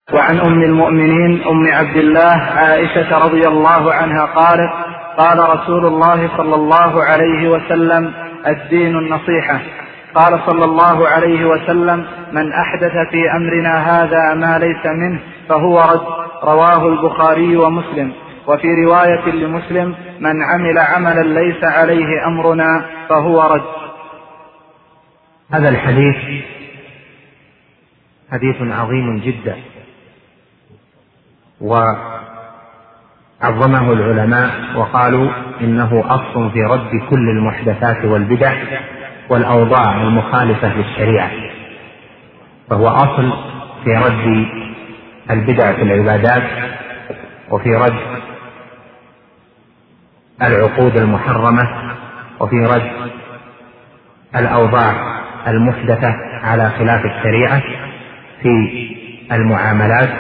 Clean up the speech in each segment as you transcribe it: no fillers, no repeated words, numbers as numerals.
وعن أم المؤمنين أم عبد الله عائشة رضي الله عنها قالت: قال رسول الله صلى الله عليه وسلم: الدين النصيحة. قال صلى الله عليه وسلم: من أحدث في أمرنا هذا ما ليس منه فهو رد. رواه البخاري ومسلم. وفي رواية لمسلم: من عمل عملا ليس عليه أمرنا فهو رد. هذا الحديث حديث عظيم جدا، وعظمه العلماء وقالوا إنه أصل في رد كل المحدثات والبدع والأوضاع المخالفة للشريعة، فهو أصل في رد البدع في العبادات، وفي رد العقود المحرمة، وفي رد الأوضاع المحدثة على خلاف الشريعة في المعاملات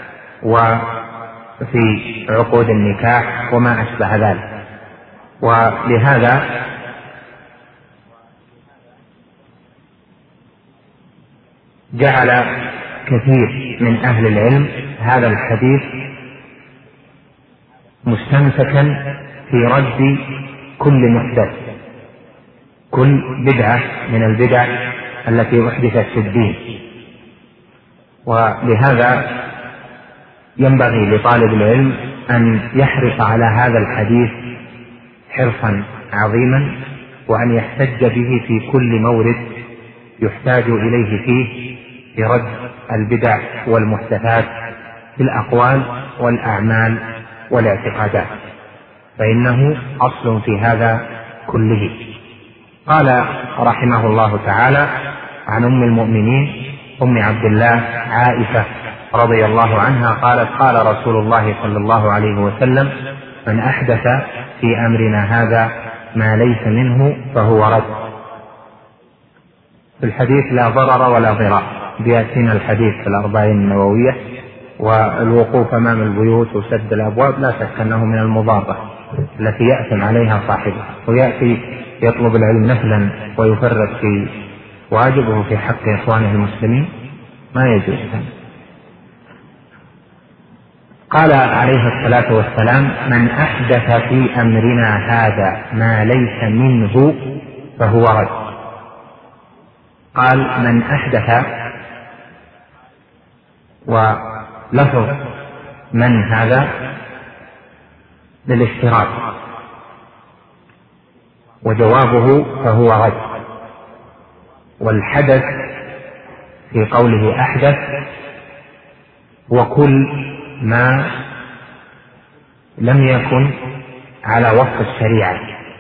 وفي عقود النكاح وما أشبه ذلك. ولهذا جعل كثير من أهل العلم هذا الحديث مستمسكا في رد كل محدث، كل بدعة من البدع التي أحدثت في الدين. ولهذا ينبغي لطالب العلم أن يحرص على هذا الحديث حرصا عظيما، وأن يحتج به في كل مورد يحتاج إليه فيه برد البدع والمحدثات في الأقوال والأعمال والاعتقادات، فإنه أصل في هذا كله. قال رحمه الله تعالى عن أم المؤمنين أم عبد الله عائشة رضي الله عنها قالت: قال رسول الله صلى الله عليه وسلم: من أحدث في أمرنا هذا ما ليس منه فهو رد. في الحديث لا ضرر ولا ضرار، بيأتينا الحديث في الأربعين النووية، والوقوف أمام البيوت وسد الأبواب لا شك أنه من المضارة التي يأثم عليها صاحبه، ويأتي يطلب العلم نفلا ويفرط في واجبه في حق إخوانه المسلمين، ما يجوز. قال عليه الصلاة والسلام: من أحدث في أمرنا هذا ما ليس منه فهو رد. قال من أحدث، ولفظ من هذا للاشتراك، وجوابه فهو رد. والحدث في قوله أحدث وكل ما لم يكن على وفق الشريعة،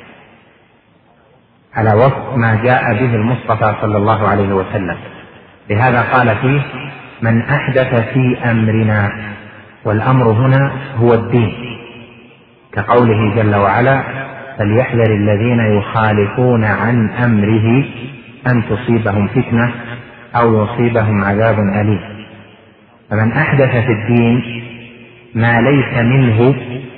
على وفق ما جاء به المصطفى صلى الله عليه وسلم. لهذا قال فيه: من أحدث في أمرنا، والأمر هنا هو الدين، كقوله جل وعلا: فليحذر الذين يخالفون عن أمره أن تصيبهم فتنة أو يصيبهم عذاب أليم. فمن أحدث في الدين ما ليس منه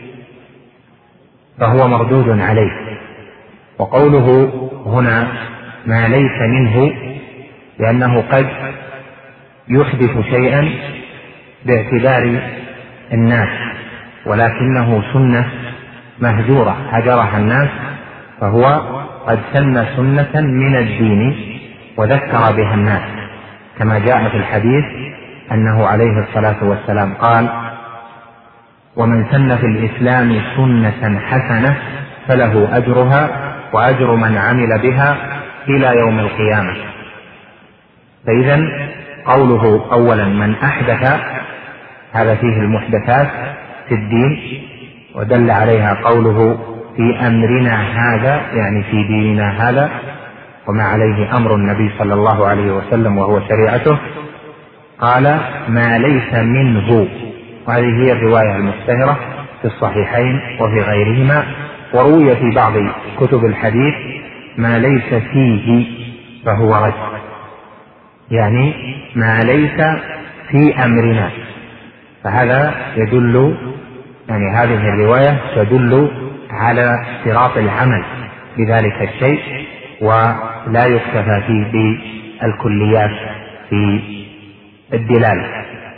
فهو مردود عليه. وقوله هنا ما ليس منه لأنه قد يحدث شيئا باعتبار الناس، ولكنه سنة مهجورة هجرها الناس، فهو قد سن سنة من الدين وذكر بها الناس، كما جاء في الحديث أنه عليه الصلاة والسلام قال: ومن سن في الإسلام سنة حسنة فله أجرها وأجر من عمل بها إلى يوم القيامة. فإذا قوله أولا من أحدث، هذا فيه المحدثات في الدين، ودل عليها قوله في أمرنا هذا، يعني في ديننا هذا، وما عليه أمر النبي صلى الله عليه وسلم وهو شريعته. قال ما ليس منه، وهذه هي الرواية المشتهرة في الصحيحين وفي غيرهما، وروي في بعض كتب الحديث ما ليس فيه فهو رد، يعني ما ليس في أمرنا. فهذا يدل، يعني هذه الرواية تدل على اشتراط العمل بذلك الشيء، ولا يكتفى فيه بالكليات في الدلالة.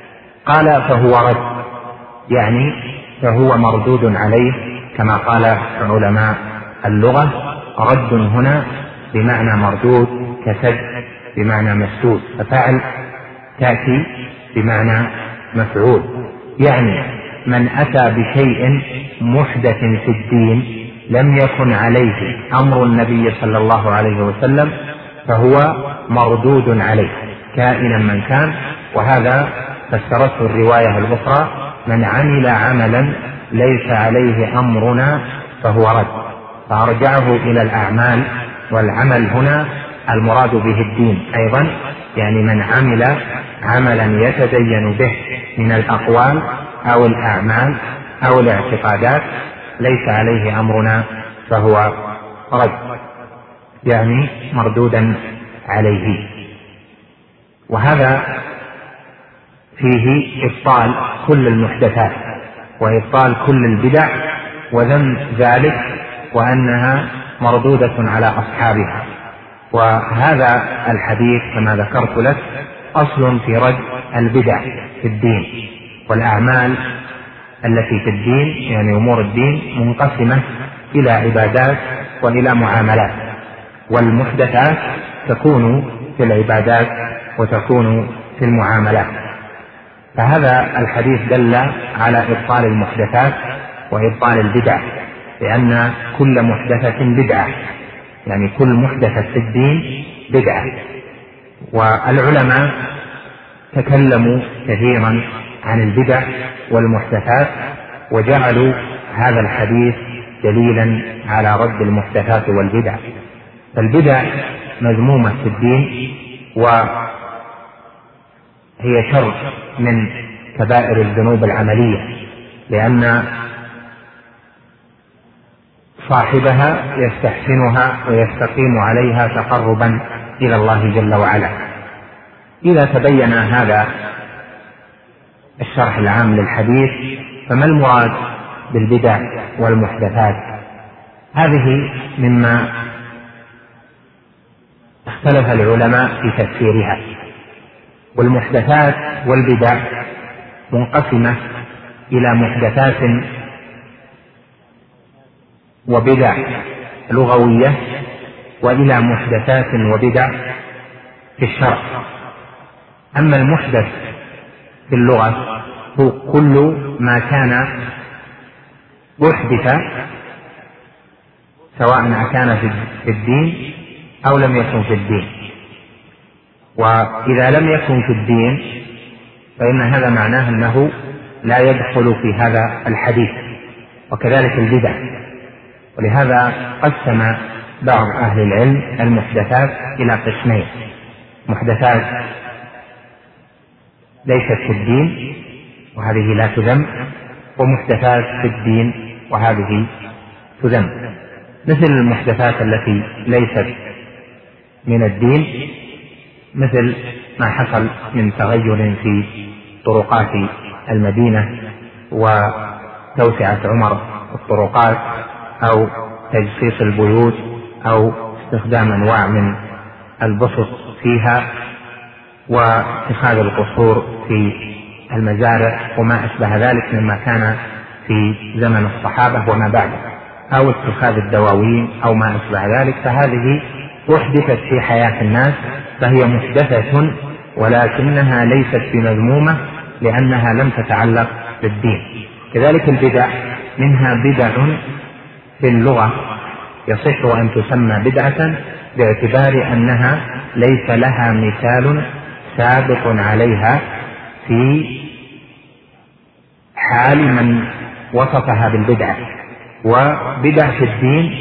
قال فهو رد، يعني فهو مردود عليه، كما قال علماء اللغة: رد هنا بمعنى مردود، كسد بمعنى مسدود، ففعل تأتي بمعنى مفعول. يعني من أتى بشيء محدث في الدين لم يكن عليه أمر النبي صلى الله عليه وسلم فهو مردود عليه كائنا من كان. وهذا فسرته الرواية الأخرى: من عمل عملا ليس عليه أمرنا فهو رد، فأرجعه إلى الأعمال، والعمل هنا المراد به الدين أيضا، يعني من عمل عملا يتدين به من الأقوال أو الأعمال أو الاعتقادات ليس عليه أمرنا فهو رد، يعني مردودا عليه. وهذا فيه إبطال كل المحدثات وإبطال كل البدع وذم ذلك، وأنها مردودة على أصحابها. وهذا الحديث كما ذكرت لك أصل في رد البدع في الدين. والأعمال التي في الدين يعني أمور الدين منقسمة إلى عبادات وإلى معاملات، والمحدثات تكون في العبادات وتكون في المعاملات. فهذا الحديث دل على إبطال المحدثات وإبطال البدع، لأن كل محدثة بدعة، يعني كل محدثة في الدين بدعة. والعلماء تكلموا كثيرا عن البدع والمحدثات، وجعلوا هذا الحديث دليلا على رد المحدثات والبدع. فالبدع مذمومة في الدين، وهي شر من كبائر الذنوب العملية، لأن صاحبها يستحسنها ويستقيم عليها تقربا إلى الله جل وعلا. إذا تبين هذا الشرح العام للحديث، فما المراد بالبدع والمحدثات؟ هذه مما اختلف العلماء في تفسيرها. والمحدثات والبدع منقسمة إلى محدثات وبدع لغوية، وإلى محدثات وبدع في الشرع. أما المحدث في اللغة هو كل ما كان أحدث، سواء كان في الدين أو لم يكن في الدين. وإذا لم يكن في الدين فإن هذا معناه أنه لا يدخل في هذا الحديث، وكذلك البدع. ولهذا قسم بعض أهل العلم المحدثات إلى قسمين: محدثات ليست في الدين وهذه لا تذم، ومحدثات في الدين وهذه تذم. مثل المحدثات التي ليست من الدين، مثل ما حصل من تغير في طرقات المدينة وتوسعة عمر الطرقات، أو تجصيص البيوت، أو استخدام أنواع من البسط فيها، واتخاذ القصور في المزارع وما أشبه ذلك مما كان في زمن الصحابة وما بعده، أو اتخاذ الدواوين أو ما أشبه ذلك. فهذه أحدثت في حياة الناس، فهي محدثة، ولكنها ليست بمذمومة لأنها لم تتعلق بالدين. كذلك البدع، منها بدع في اللغة يصح أن تسمى بدعة باعتبار أنها ليس لها مثال سابق عليها في حال من وصفها بالبدعة. وبدع في الدين،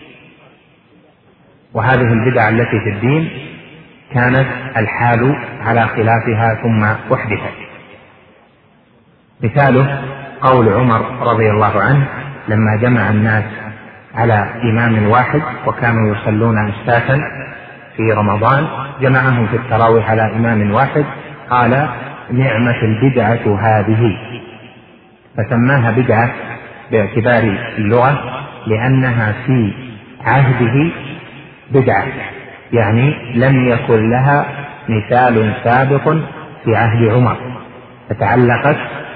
وهذه البدع التي في الدين كانت الحال على خلافها ثم أحدثت. مثاله قول عمر رضي الله عنه لما جمع الناس على إمام واحد وكانوا يصلون أشتاتا في رمضان، جمعهم في التراويح على إمام واحد، قال: نعمة البدعة هذه. فسماها بدعة باعتبار اللغة لأنها في عهده بدعة، يعني لم يكن لها مثال سابق في عهد عمر، فتعلقت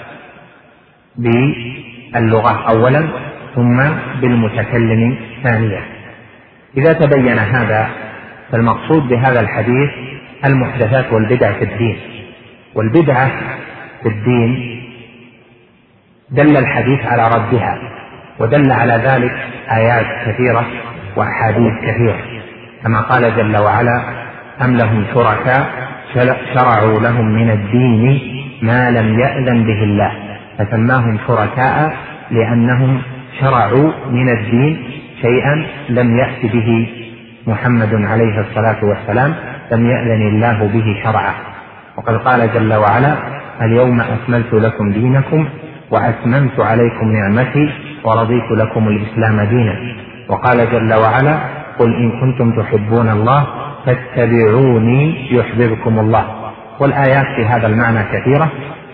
باللغة أولا ثم بالمتكلم ثانيا. إذا تبين هذا فالمقصود بهذا الحديث المحدثات والبدع في الدين. والبدعة في الدين دل الحديث على ردها، ودل على ذلك آيات كثيرة وأحاديث كثيرة، كما قال جل وعلا: أم لهم شركاء شرعوا لهم من الدين ما لم يأذن به الله، فسماهم شركاء لأنهم شرعوا من الدين شيئا لم يأت به محمد عليه الصلاة والسلام، لم يأذن الله به شرعا. وقد قال جل وعلا: اليوم أكملت لكم دينكم وأتممت عليكم نعمتي ورضيت لكم الإسلام دينا. وقال جل وعلا: قل إن كنتم تحبون الله فاتبعوني يحببكم الله. والآيات في هذا المعنى كثيرة،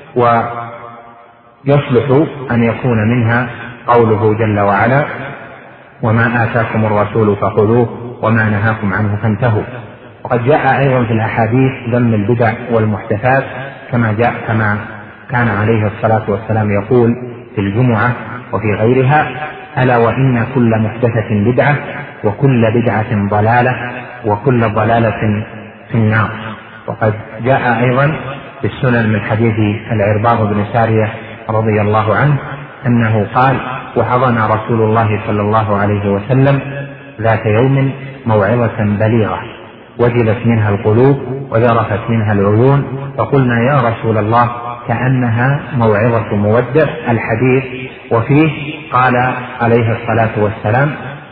ويصلح أن يكون منها قوله جل وعلا: وما آتاكم الرسول فخذوه وما نهاكم عنه فانتهوا. وقد جاء أيضا في الأحاديث ذم البدع والمحدثات، كما كان عليه الصلاة والسلام يقول في الجمعة وفي غيرها: ألا وإن كل محدثة بدعة وكل بدعة ضلالة وكل ضلالة في النار. وقد جاء أيضا في السنن من حديث العرباض بن سارية رضي الله عنه أنه قال: وعظنا رسول الله صلى الله عليه وسلم ذات يوم موعظة بليغة وجلت منها القلوب وذرفت منها العيون، فقلنا: يا رسول الله كأنها موعظة مودع الحديث. وفيه قال عليه الصلاة والسلام: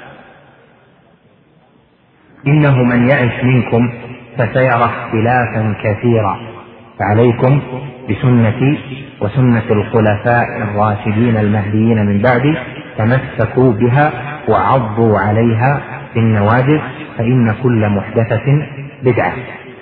إنه من يعش منكم فسيرى اختلافا كثيرا، فعليكم بسنتي وسنة الخلفاء الراشدين المهديين من بعدي، تمسكوا بها وعضوا عليها بالنواجذ، فإن كل محدثة بدعة.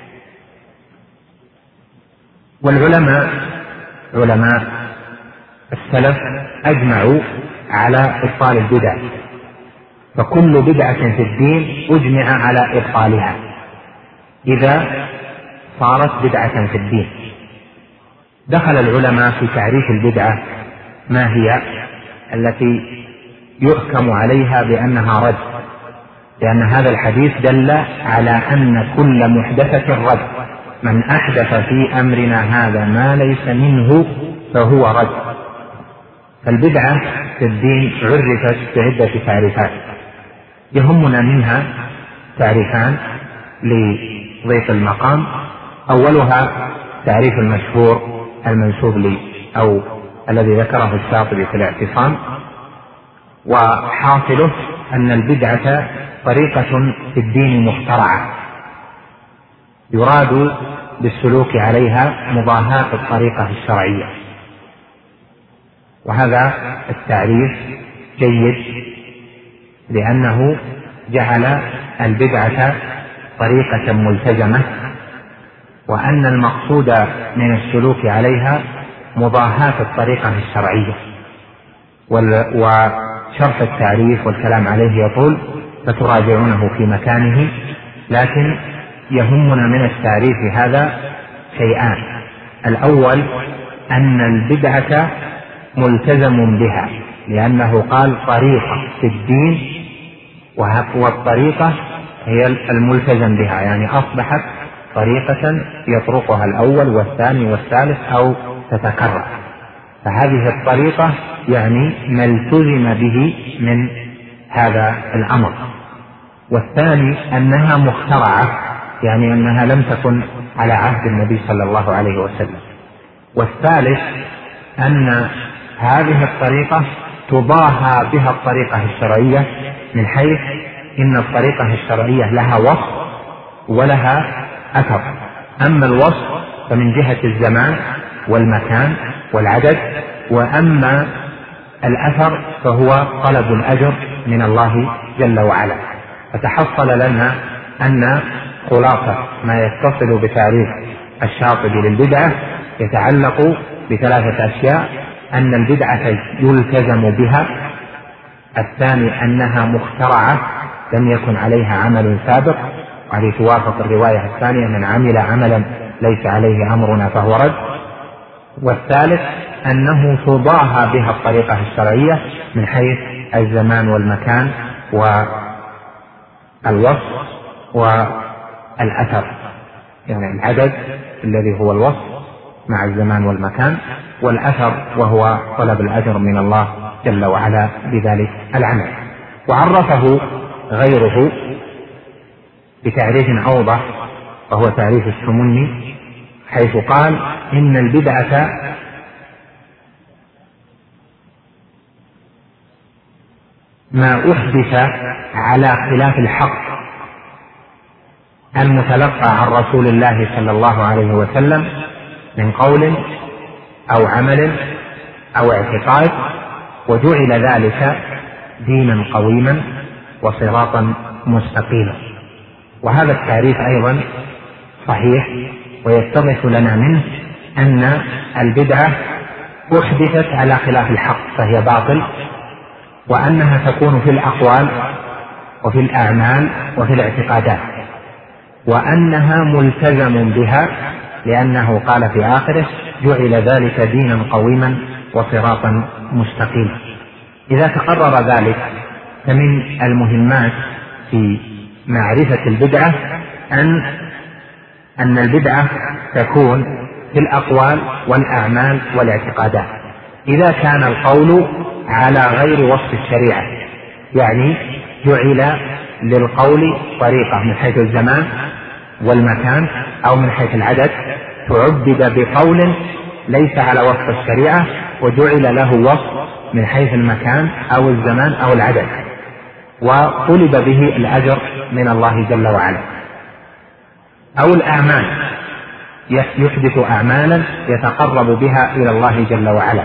والعلماء علماء السلف أجمعوا على إبطال البدع، فكل بدعة في الدين أجمع على إبطالها إذا صارت بدعة في الدين. دخل العلماء في تعريف البدعة ما هي التي يحكم عليها بأنها رد، لأن هذا الحديث دل على أن كل محدثة رد، من أحدث في أمرنا هذا ما ليس منه فهو رد. فالبدعة في الدين عرفت بعدة تعريفات، يهمنا منها تعريفان لضيف المقام. أولها تعريف المشهور المنسوب لي أو الذي ذكره الشاطبي في الاعتصام، وحاصله أن البدعة طريقة في الدين مخترعة يراد بالسلوك عليها مضاهاة الطريقة الشرعية. وهذا التعريف جيد لأنه جعل البدعة طريقة ملتزمة، وأن المقصود من السلوك عليها مضاهاة الطريقة الشرعية. وشرح التعريف والكلام عليه يطول فتراجعونه في مكانه، لكن يهمنا من التعريف هذا شيئان: الأول أن البدعة ملتزم بها، لأنه قال طريقة في الدين، والطريقة هي الملتزم بها، يعني أصبحت طريقة يطرقها الأول والثاني والثالث أو تتكرر، فهذه الطريقة يعني ما التزم به من هذا الأمر. والثاني أنها مخترعة، يعني أنها لم تكن على عهد النبي صلى الله عليه وسلم. والثالث أن هذه الطريقة تضاهى بها الطريقة الشرعية، من حيث إن الطريقة الشرعية لها وصف ولها أثر، أما الوصف فمن جهة الزمان والمكان والعدد، وأما الأثر فهو طلب الأجر من الله جل وعلا. فتحصل لنا أن خلاصة ما يتصل بتعريف الشاطبي للبدعة يتعلق بثلاثة أشياء: أن البدعة يلتزم بها، الثاني أنها مخترعة لم يكن عليها عمل سابق، وهذه توافق الرواية الثانية: من عمل عملا ليس عليه أمرنا فهو رد. والثالث أنه تضاهى بها الطريقة الشرعية من حيث الزمان والمكان والوصف والأثر، يعني العدد الذي هو الوصف مع الزمان والمكان، والأثر وهو طلب الأجر من الله جل وعلا بذلك العمل. وعرفه غيره بتعريف أوضح وهو تعريف السمني، حيث قال إن البدعة ما أحدث على خلاف الحق المتلقى عن رسول الله صلى الله عليه وسلم من قول أو عمل أو اعتقاد، وجعل ذلك دينا قويما وصراطا مستقيما. وهذا التعريف أيضا صحيح، ويتضح لنا منه أن البدعة أحدثت على خلاف الحق فهي باطل، وأنها تكون في الأقوال وفي الأعمال وفي الاعتقادات، وأنها ملتزم بها لأنه قال في آخره جعل ذلك دينا قويما وصراطا مستقيما. إذا تقرر ذلك فمن المهمات في معرفة البدعة أن البدعة تكون في الأقوال والأعمال والاعتقادات. إذا كان القول على غير وصف الشريعة، يعني جعل للقول طريقة من حيث الزمان والمكان أو من حيث العدد، تعبد بقول ليس على وصف الشريعة وجعل له وصف من حيث المكان أو الزمان أو العدد، وطلب به الأجر من الله جل وعلا. أو الأعمال، يحدث أعمالا يتقرب بها إلى الله جل وعلا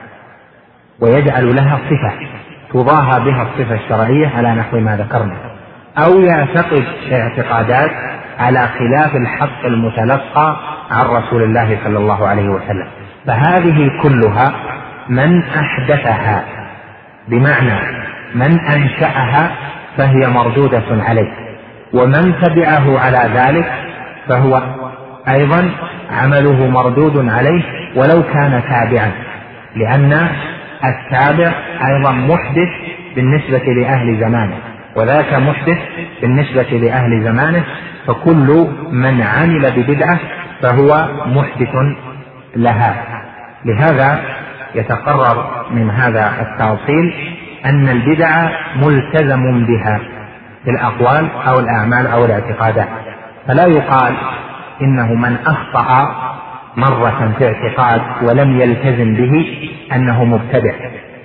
ويجعل لها صفة تضاهى بها الصفة الشرعية على نحو ما ذكرنا، أو يعتقد اعتقادات على خلاف الحق المتلقى عن رسول الله صلى الله عليه وسلم. فهذه كلها من أحدثها، بمعنى من أنشأها، فهي مردودة عليه، ومن تبعه على ذلك فهو أيضا عمله مردود عليه ولو كان تابعا، لأن التابع أيضا محدث بالنسبة لأهل زمانه، وذاك محدث بالنسبة لأهل زمانه، فكل من عمل ببدعة فهو محدث لها. لهذا يتقرر من هذا التأصيل أن البدعة ملتزم بها في الأقوال أو الأعمال أو الاعتقادات، فلا يقال إنه من أخطأ مرة في اعتقاد ولم يلتزم به أنه مبتدع،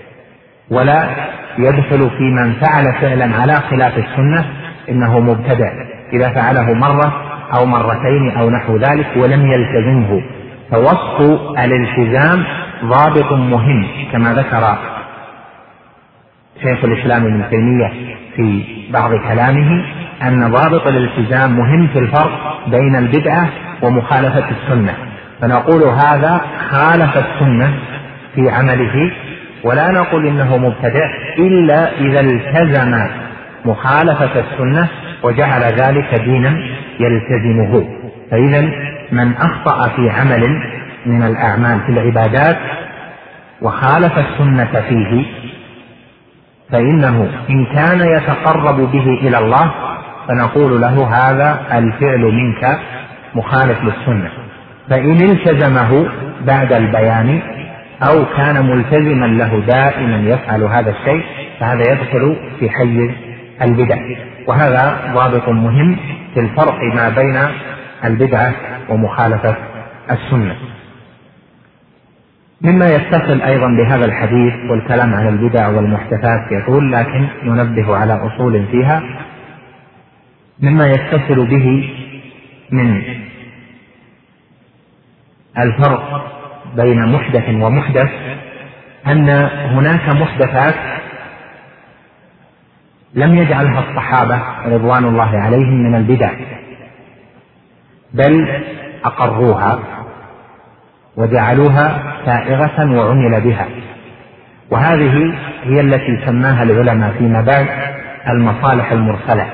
ولا يدخل في من فعل فعلا على خلاف السنة إنه مبتدع إذا فعله مرة أو مرتين أو نحو ذلك ولم يلتزمه. فوصف الالتزام ضابط مهم، كما ذكر شيخ الإسلام ابن تيمية في بعض كلامه أن ضابط الالتزام مهم في الفرق بين البدعة ومخالفة السنة. فنقول هذا خالف السنة في عمله، ولا نقول إنه مبتدع إلا إذا التزم مخالفة السنة وجعل ذلك دينا يلتزمه. فإذا من أخطأ في عمل من الأعمال في العبادات وخالف السنة فيه، فإنه إن كان يتقرب به إلى الله فنقول له هذا الفعل منك مخالف للسنة. فإن التزمه بعد البيان أو كان ملتزما له دائما يفعل هذا الشيء فهذا يدخل في حيز البدع. وهذا ضابط مهم في الفرق ما بين البدعة ومخالفة السنة. مما يتصل أيضا بهذا الحديث والكلام عن البدع والمحدثات يقول، لكن ننبه على أصول فيها. مما يتصل به من الفرق بين محدث ومحدث أن هناك محدثات لم يجعلها الصحابة رضوان الله عليهم من البدع، بل أقروها وجعلوها سائغة وعمل بها، وهذه هي التي سماها العلماء فيما بعد المصالح المرسلة.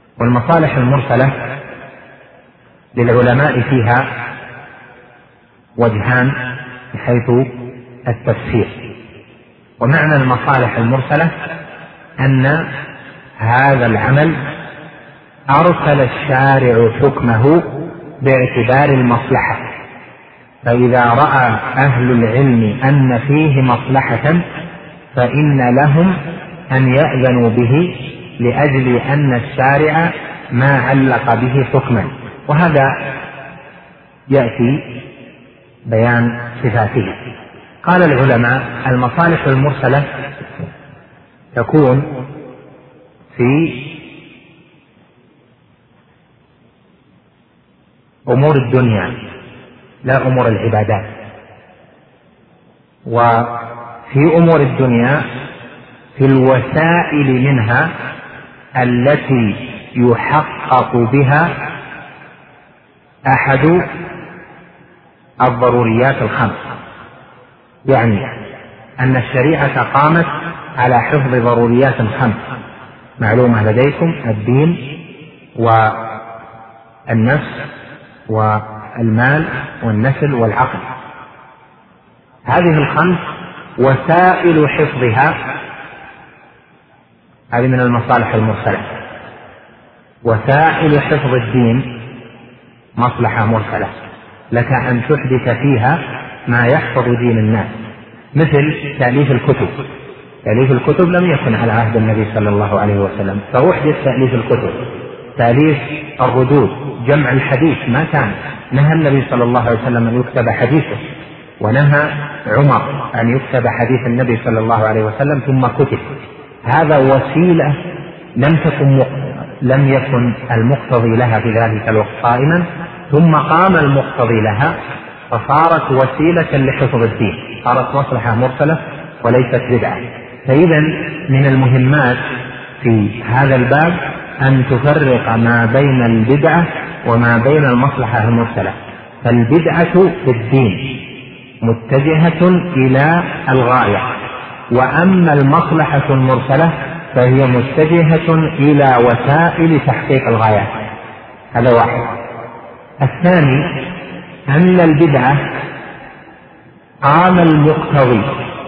والمصالح المرسلة للعلماء فيها وجهان من حيث التفسير. ومعنى المصالح المرسلة أن هذا العمل أرسل الشارع حكمه باعتبار المصلحة، فإذا رأى أهل العلم أن فيه مصلحة فإن لهم أن يأذنوا به لأجل أن الشارع ما علق به حكما، وهذا يأتي بيان صفاته. قال العلماء: المصالح المرسلة تكون في أمور الدنيا لا أمور العبادات. وفي أمور الدنيا في الوسائل منها التي يحقق بها أحد الضروريات الخمس، يعني أن الشريعة قامت على حفظ ضروريات خمس معلومة لديكم: الدين والنفس والمال والنسل والعقل. هذه الخمس وسائل حفظها هذه من المصالح المرسلة. وسائل حفظ الدين مصلحة مرسلة، لك أن تحدث فيها ما يحفظ دين الناس، مثل تأليف الكتب. تأليف الكتب لم يكن على عهد النبي صلى الله عليه وسلم، فأحدث تأليف الكتب. تأليف الردود، جمع الحديث ما كان، نهى النبي صلى الله عليه وسلم أن يكتب حديثه، ونهى عمر أن يكتب حديث النبي صلى الله عليه وسلم ثم كتب. هذا وسيلة لم يكن المقتضي لها في ذلك الوقت قائما، ثم قام المقتضي لها فصارت وسيلة لحفظ الدين، صارت مصلحة مرسلة وليست بدعة. فإذا من المهمات في هذا الباب أن تفرق ما بين البدعة وما بين المصلحة المرسلة. فالبدعة في الدين متجهة إلى الغاية، وأما المصلحة المرسلة فهي متجهة إلى وسائل تحقيق الغايات. هذا واحد. الثاني أن البدعة قام المقتضي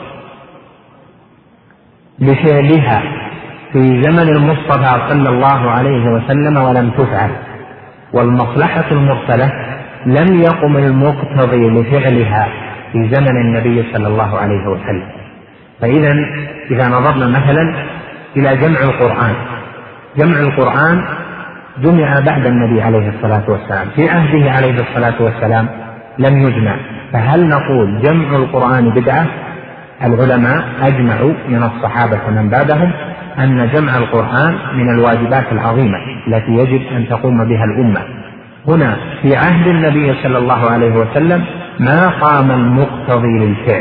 بفعلها في زمن المصطفى صلى الله عليه وسلم ولم تفعل، والمصلحة المرسلة لم يقم المقتضي لفعلها في زمن النبي صلى الله عليه وسلم. فإذا إذا نظرنا مثلا إلى جمع القرآن، جمع القرآن جمع بعد النبي عليه الصلاة والسلام، في عهده عليه الصلاة والسلام لم يجمع، فهل نقول جمع القرآن بدعة؟ العلماء أجمعوا من الصحابة ومن بعدهم أن جمع القرآن من الواجبات العظيمة التي يجب أن تقوم بها الأمة. هنا في عهد النبي صلى الله عليه وسلم ما قام المقتضي للفعل،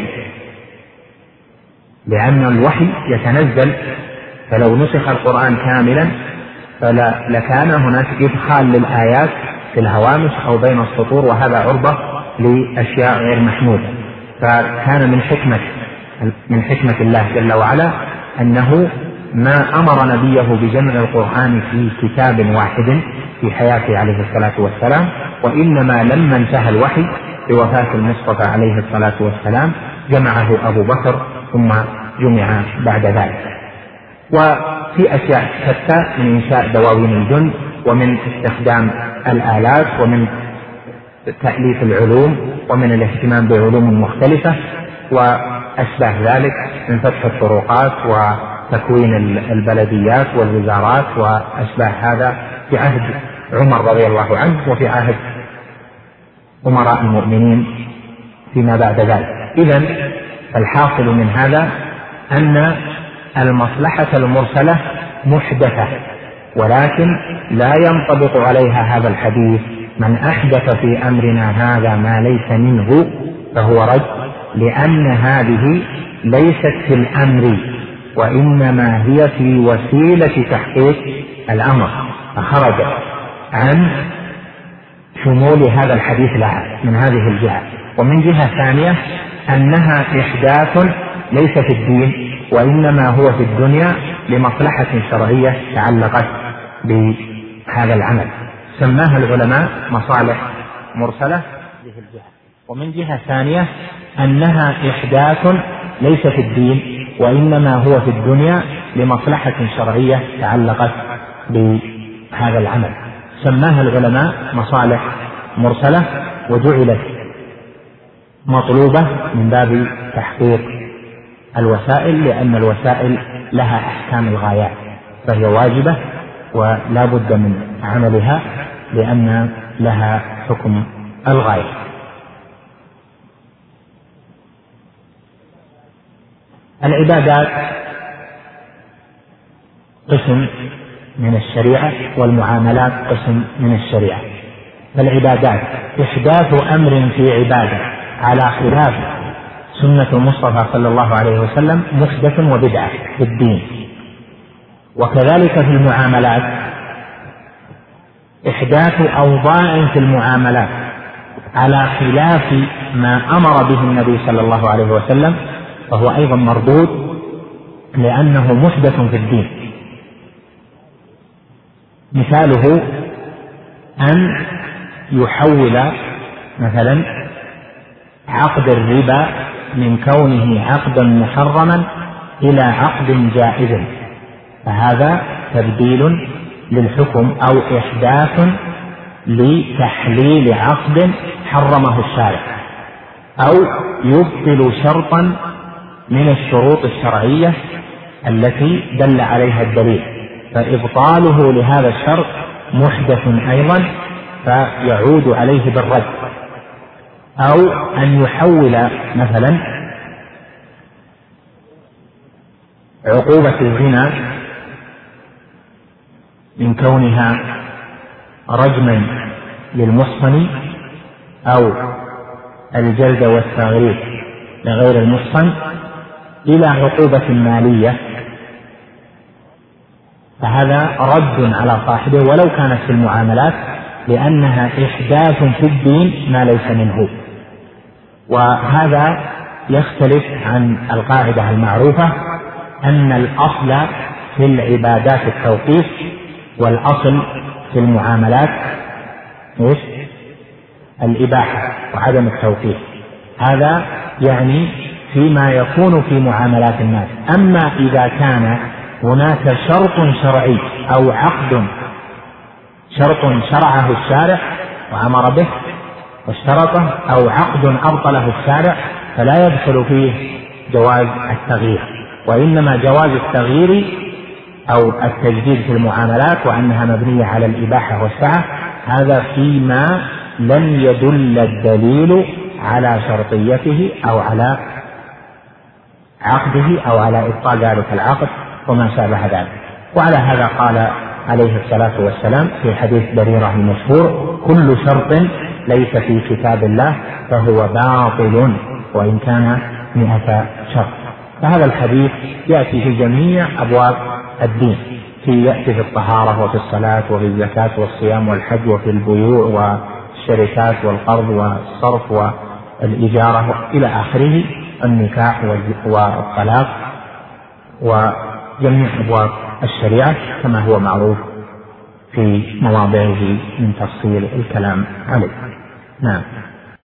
لأن الوحي يتنزل، فلو نسخ القرآن كاملا لكان هناك إدخال للآيات في الهوامش أو بين السطور، وهذا عرضة لأشياء غير محمودة. فكان من حكمة الله جل وعلا أنه ما أمر نبيه بجمع القرآن في كتاب واحد في حياته عليه الصلاة والسلام، وإنما لما انتهى الوحي بوفاة المصطفى عليه الصلاة والسلام جمعه أبو بكر ثم جمع بعد ذلك. وفي أشياء شتى من إنشاء دواوين الجند، ومن استخدام الآلات، ومن تأليف العلوم، ومن الاهتمام بعلوم مختلفة وأشباه ذلك، من فتح الطرقات وتكوين البلديات والوزارات وأشباه هذا في عهد عمر رضي الله عنه وفي عهد أمراء المؤمنين فيما بعد ذلك. إذن الحاصل من هذا أن المصلحة المرسلة محدثة، ولكن لا ينطبق عليها هذا الحديث: من أحدث في أمرنا هذا ما ليس منه فهو رد، لأن هذه ليست في الأمر وإنما هي في وسيلة تحقيق الأمر، فخرج عن شمول هذا الحديث لها من هذه الجهة. ومن جهة ثانية أنها إحداث ليس في الدين وإنما هو في الدنيا لمصلحة شرعية تعلقت بهذا العمل، سماها العلماء مصالح مرسلة. ومن جهة ثانية أنها إحداث ليس في الدين وإنما هو في الدنيا لمصلحة شرعية تعلقت بهذا العمل، سماها العلماء مصالح مرسلة، وجعلت مطلوبة من باب تحقيق الوسائل، لأن الوسائل لها أحكام الغايات، فهي واجبة ولا بد من عملها لأن لها حكم الغاية. العبادات قسم من الشريعة والمعاملات قسم من الشريعة. فالعبادات إحداث أمر في عبادة على خلاف سنة المصطفى صلى الله عليه وسلم محدث وبدعة في الدين. وكذلك في المعاملات إحداث أوضاع في المعاملات على خلاف ما أمر به النبي صلى الله عليه وسلم فهو أيضا مردود لأنه محدث في الدين. مثاله أن يحول مثلا عقد الربا من كونه عقدا محرما إلى عقد جائز، فهذا تبديل للحكم أو إحداث لتحليل عقد حرمه الشارع، أو يبطل شرطا من الشروط الشرعية التي دل عليها الدليل، فإبطاله لهذا الشرط محدث أيضا فيعود عليه بالرد. أو أن يحول مثلا عقوبة الزنا من كونها رجما للمحصن أو الجلد والتغريب لغير المحصن إلى عقوبة مالية، فهذا رد على صاحبه ولو كانت في المعاملات، لأنها إحداث في الدين ما ليس منه. وهذا يختلف عن القاعدة المعروفة أن الأصل في العبادات التوقيف، والأصل في المعاملات الإباحة وعدم التوقيف. هذا يعني فيما يكون في معاملات الناس. أما إذا كان هناك شرط شرعي أو عقد شرط شرعه الشارع وأمر به واشترطه، أو عقد أبطله الشارع، فلا يدخل فيه جواز التغيير، وإنما جواز التغيير أو التجديد في المعاملات وأنها مبنية على الإباحة والسعة، هذا فيما لم يدل الدليل على شرطيته أو على عقده أو على إبطال ذلك العقد وما شابه ذلك. وعلى هذا قال عليه الصلاة والسلام في حديث بريرة المشهور: كل شرط ليس في كتاب الله فهو باطل وإن كان 100 شرط. فهذا الحديث يأتي في جميع أبواب الدين، يأتي في الطهارة وفي الصلاة وفي الزكاة والصيام والحج وفي البيوع والشركات والقرض والصرف والإجارة إلى آخره، النكاح والطلاق وجميع أبواب الشريعة كما هو معروف في مواضعه من تفصيل الكلام عليه. نعم.